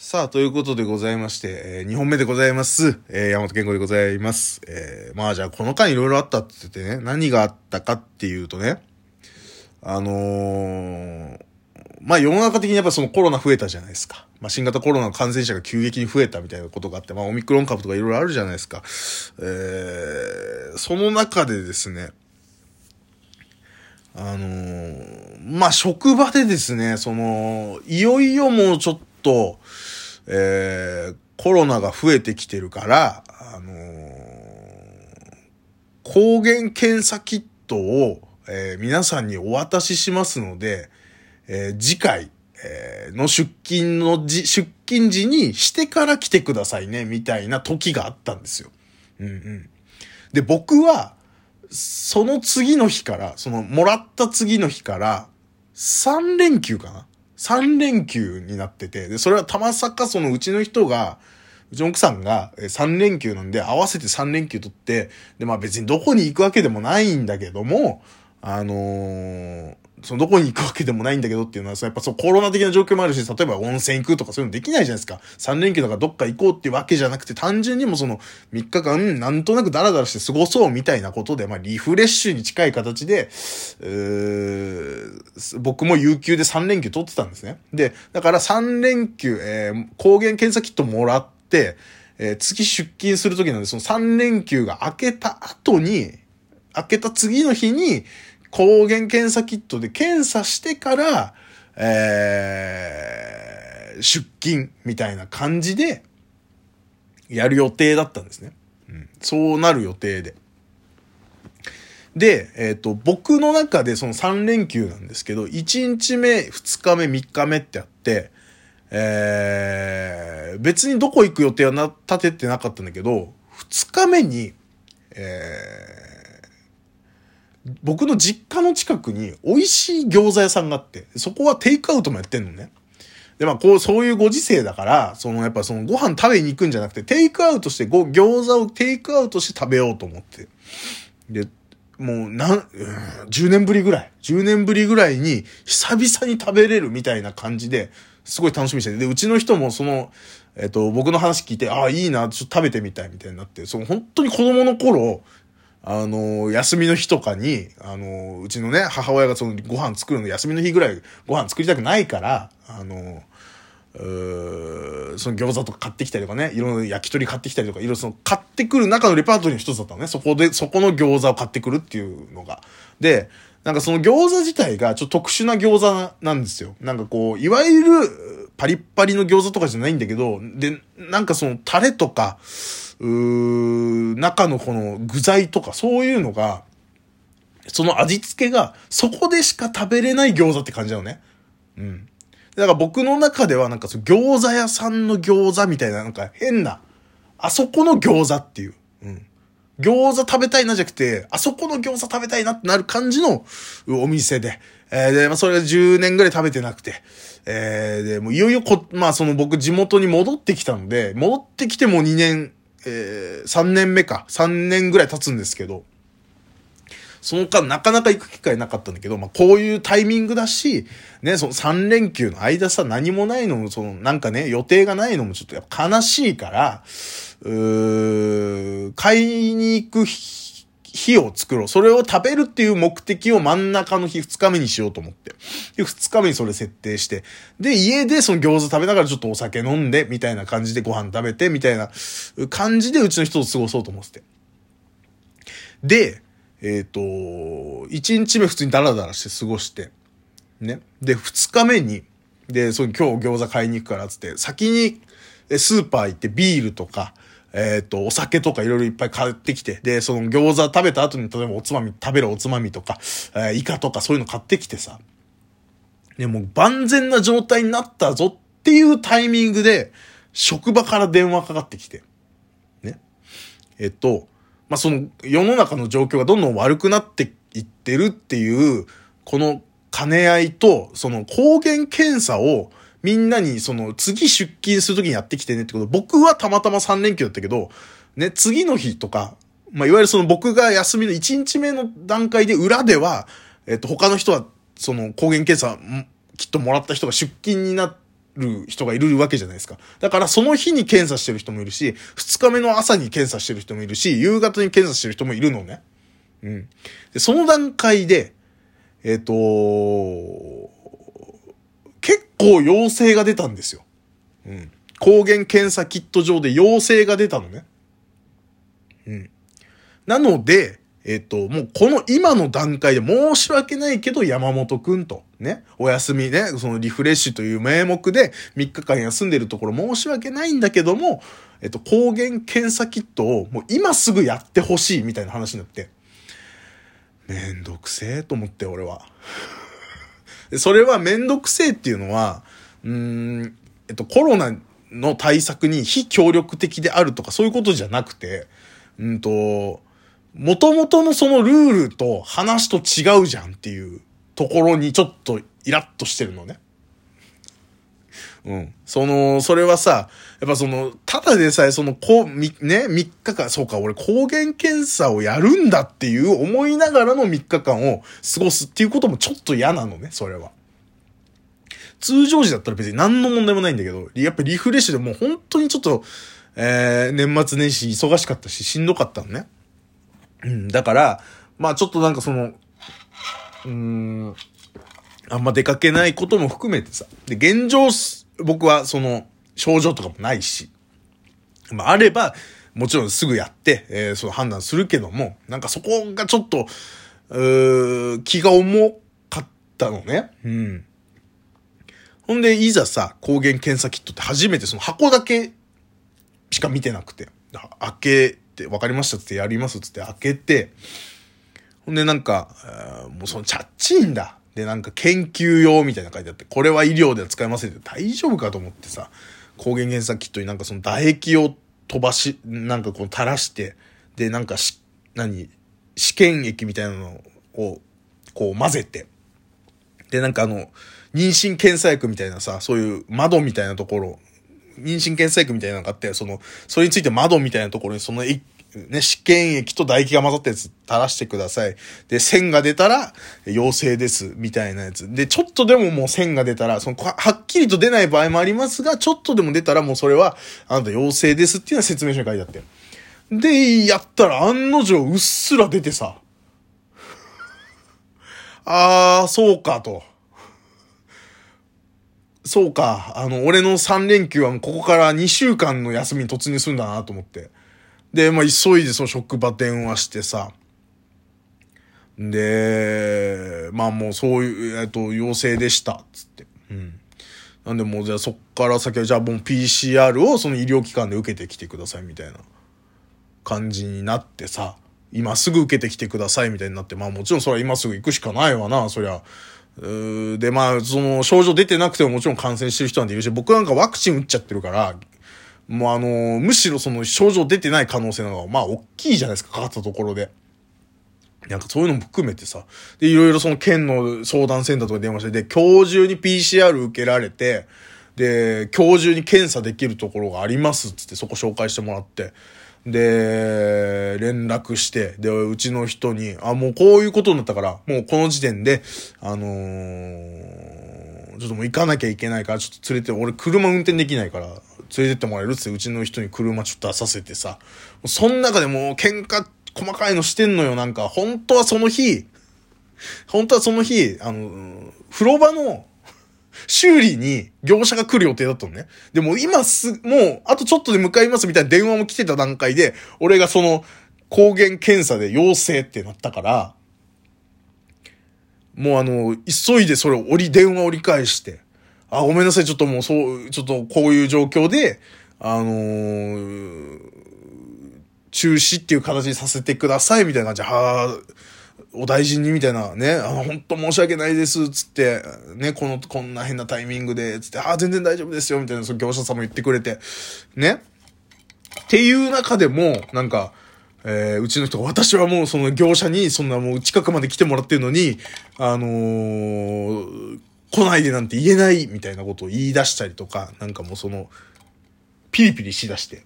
さあ、ということでございまして、2本目でございます。山本健吾でございます。まあじゃあこの間いろいろあったって言ってね、何があったかっていうとね、まあ世の中的にやっぱそのコロナ増えたじゃないですか。まあ新型コロナの感染者が急激に増えたみたいなことがあって、まあオミクロン株とかいろいろあるじゃないですか。その中でですね、まあ職場でですね、いよいよもうちょっと、コロナが増えてきてるから、抗原検査キットを、皆さんにお渡ししますので、次回、の出勤時にしてから来てくださいね、みたいな時があったんですよ。うんうん。で、僕は、その次の日から、もらった次の日から、3連休かな ?3 連休になってて、で、それはたまさかうちの人が、うちの奥さんが3連休なんで、合わせて3連休取って、で、まあ別にどこに行くわけでもないんだけども、どこに行くわけでもないんだけどっていうのは、やっぱコロナ的な状況もあるし、例えば温泉行くとかそういうのできないじゃないですか。3連休だからどっか行こうっていうわけじゃなくて、単純にも3日間、なんとなくダラダラして過ごそうみたいなことで、まあリフレッシュに近い形で、僕も有給で3連休取ってたんですね。で、だから3連休、抗原検査キットもらって、次出勤するときなんで、その3連休が明けた次の日に、抗原検査キットで検査してから、出勤みたいな感じで、やる予定だったんですね。うん、そうなる予定で。で、僕の中でその3連休なんですけど、1日目、2日目、3日目ってあって、別にどこ行く予定は立ててなかったんだけど、2日目に、僕の実家の近くに美味しい餃子屋さんがあって、そこはテイクアウトもやってんのね。で、まあそういうご時世だから、やっぱご飯食べに行くんじゃなくて、テイクアウトして、餃子をテイクアウトして食べようと思って。で、もう10年ぶりぐらいに久々に食べれるみたいな感じで、すごい楽しみにしてて、で、うちの人も僕の話聞いて、ああ、いいな、ちょっと食べてみたいみたいになって、本当に子供の頃、休みの日とかに、うちのね、母親がご飯作るの休みの日ぐらいご飯作りたくないから、餃子とか買ってきたりとかね、いろんな焼き鳥買ってきたりとか、いろいろ買ってくる中のレパートリーの一つだったのね。そこの餃子を買ってくるっていうのが。で、なんか餃子自体がちょっと特殊な餃子なんですよ。なんかいわゆるパリッパリの餃子とかじゃないんだけど、で、なんかタレとか、中のこの具材とかそういうのが、その味付けがそこでしか食べれない餃子って感じなのね。うん。だから僕の中ではなんか餃子屋さんの餃子みたいななんか変な、あそこの餃子っていう。うん。餃子食べたいなじゃなくて、あそこの餃子食べたいなってなる感じのお店で。で、まあそれが10年ぐらい食べてなくて。で、もういよいよまあ僕地元に戻ってきたので、戻ってきても2年、3年目か。3年ぐらい経つんですけど、その間なかなか行く機会なかったんだけど、まあこういうタイミングだし、ね、3連休の間さ、何もないのも、なんかね、予定がないのもちょっとやっぱ悲しいから、買いに行く日を作ろう。それを食べるっていう目的を真ん中の日2日目にしようと思って。で、2日目にそれ設定して。で、家で餃子食べながらちょっとお酒飲んで、みたいな感じでご飯食べて、みたいな感じでうちの人と過ごそうと思ってて。で、1日目普通にダラダラして過ごして、ね。で、2日目に、で、今日餃子買いに行くからつって、先にスーパー行ってビールとか、お酒とかいろいろいっぱい買ってきて、で、餃子食べた後に例えば食べるおつまみとか、イカとかそういうの買ってきてさ、で、もう万全な状態になったぞっていうタイミングで、職場から電話かかってきて、ね。まあ、世の中の状況がどんどん悪くなっていってるっていう、この兼ね合いと、抗原検査をみんなに次出勤するときにやってきてねってこと、僕はたまたま3連休だったけど、ね、次の日とか、まあ、いわゆる僕が休みの1日目の段階で裏では、他の人は抗原検査きっともらった人が出勤になっる人がいるわけじゃないですか。だからその日に検査してる人もいるし、2日目の朝に検査してる人もいるし、夕方に検査してる人もいるのね。で、その段階で、結構陽性が出たんですよ。抗原検査キット上で陽性が出たのね。なので、もうこの今の段階で申し訳ないけど山本くんとね、お休みね、そのリフレッシュという名目で3日間休んでるところ申し訳ないんだけども、抗原検査キットをもう今すぐやってほしいみたいな話になって、めんどくせえと思って俺は。それはめんどくせえっていうのは、コロナの対策に非協力的であるとかそういうことじゃなくて、元々のそのルールと話と違うじゃんっていうところにちょっとイラッとしてるのね。それはさ、やっぱただでさえ3日間、そうか、俺抗原検査をやるんだっていう思いながらの3日間を過ごすっていうこともちょっと嫌なのね、それは。通常時だったら別に何の問題もないんだけど、やっぱリフレッシュでもう本当にちょっと、年末年始忙しかったし、しんどかったのね。だから、まあちょっとなんかあんま出かけないことも含めてさ。で、現状、僕は症状とかもないし、まああれば、もちろんすぐやって、その判断するけども、なんかそこがちょっと、気が重かったのね。ほんで、いざさ、抗原検査キットって初めてその箱だけしか見てなくて、開けて、わかりましたってやりますって開けて、ほんでなんか、もうチャッチーンだ。で、なんか研究用みたいな書いてあって、これは医療では使えませんって大丈夫かと思ってさ、抗原検査キットになんか唾液を飛ばし、なんか垂らして、で、なんか試験液みたいなのを混ぜて、で、なんか妊娠検査薬みたいなさ、そういう窓みたいなところ、妊娠検査薬みたいなのがあって、それについて窓みたいなところに試験液と唾液が混ざったやつ垂らしてください。で、線が出たら陽性です、みたいなやつ。で、ちょっとでももう線が出たら、はっきりと出ない場合もありますが、ちょっとでも出たらもうそれは、あなた陽性ですっていうのは説明書に書いてあって。で、やったら案の定うっすら出てさ、そうかと。そうか、俺の3連休はもうここから2週間の休みに突入するんだなと思って。で、まあ、急いで職場電話してさ。で、まあもうそういう、陽性でした、つって。なんでもうじゃあそっから先はじゃあもう PCR をその医療機関で受けてきてくださいみたいな感じになってさ。今すぐ受けてきてくださいみたいになって、まあもちろんそれは今すぐ行くしかないわな、そりゃ。で、まあ、症状出てなくてももちろん感染してる人なんているし、僕なんかワクチン打っちゃってるから、もうむしろ症状出てない可能性の方が、まあ、大きいじゃないですか、かかったところで。なんかそういうのも含めてさ、で、いろいろ県の相談センターとか電話して、で、今日中に PCR 受けられて、で、今日中に検査できるところがありますっつってそこ紹介してもらって、で、連絡して、で、うちの人に、もうこういうことになったから、もうこの時点で、ちょっともう行かなきゃいけないから、ちょっと連れて、俺車運転できないから、連れてってもらえるってうちの人に車ちょっと出させてさ、その中でもう喧嘩細かいのしてんのよ、なんか、本当はその日、風呂場の、修理に業者が来る予定だったのね。でももう、あとちょっとで向かいますみたいな電話も来てた段階で、俺が抗原検査で陽性ってなったから、もう急いでそれを電話折り返して、ごめんなさい、ちょっともうちょっとこういう状況で、中止っていう形にさせてくださいみたいな感じで、お大事にみたいなね、本当申し訳ないですつってね、こんな変なタイミングでつって全然大丈夫ですよみたいな、その業者さんも言ってくれてねっていう中でもなんか、うちの人が、私はもうその業者にそんなもう近くまで来てもらってるのに来ないでなんて言えないみたいなことを言い出したりとか、なんかもうピリピリしだして、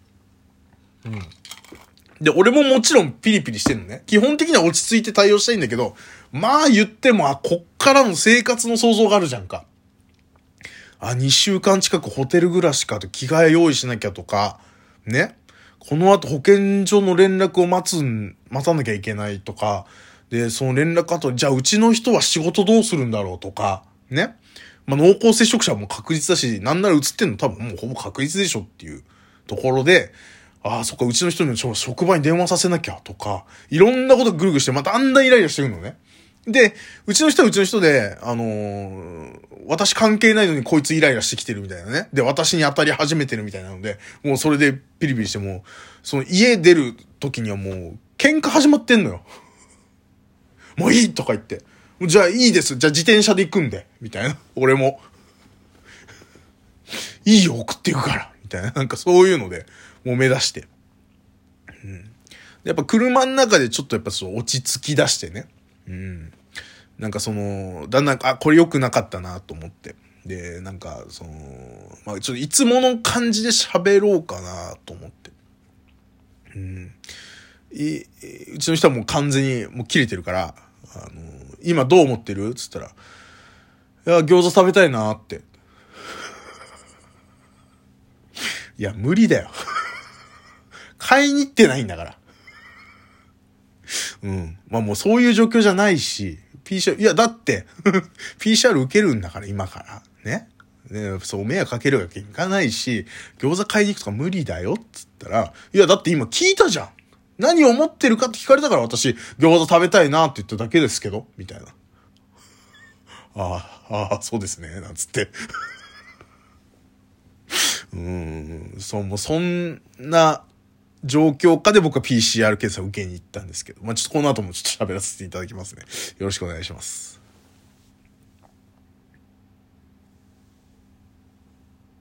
で、俺ももちろんピリピリしてるのね。基本的には落ち着いて対応したいんだけど、まあ言っても、こっからの生活の想像があるじゃんか。 2週間近くホテル暮らしかと着替え用意しなきゃとか、ね。この後保健所の連絡を待たなきゃいけないとか、で、その連絡後、じゃあうちの人は仕事どうするんだろうとか、ね。濃厚接触者も確実だし、なんなら移ってんの多分もうほぼ確実でしょっていうところで、そっか、うちの人にも職場に電話させなきゃとか、いろんなことぐるぐるして、またあんなイライラしてくるのね。で、うちの人はうちの人で、私関係ないのにこいつイライラしてきてるみたいなね。で、私に当たり始めてるみたいなので、もうそれでピリピリしてもう、その家出る時にはもう、喧嘩始まってんのよ。もういいとか言って。じゃあいいです。じゃあ自転車で行くんで。みたいな。俺も。いいよ、送っていくから。みたいな。なんかそういうので、もう目指して。やっぱ車の中でちょっとやっぱそう落ち着き出してね。なんかだんだん、これ良くなかったなと思って。で、なんか、ちょっといつもの感じで喋ろうかなと思って。うちの人はもう完全にもう切れてるから、今どう思ってるつったら、いや、餃子食べたいなって。いや、無理だよ。買いに行ってないんだから。もうそういう状況じゃないし、いや、だって、PCR 受けるんだから、今から。ね。そう、迷惑かけるわけにいかないし、餃子買いに行くとか無理だよ、つったら、いや、だって今聞いたじゃん。何を思ってるかって聞かれたから私、餃子食べたいなって言っただけですけど、みたいな。そうですね、なんつって。もうそんな状況下で僕は PCR 検査を受けに行ったんですけど、ちょっとこの後もちょっと喋らせていただきますね。よろしくお願いします。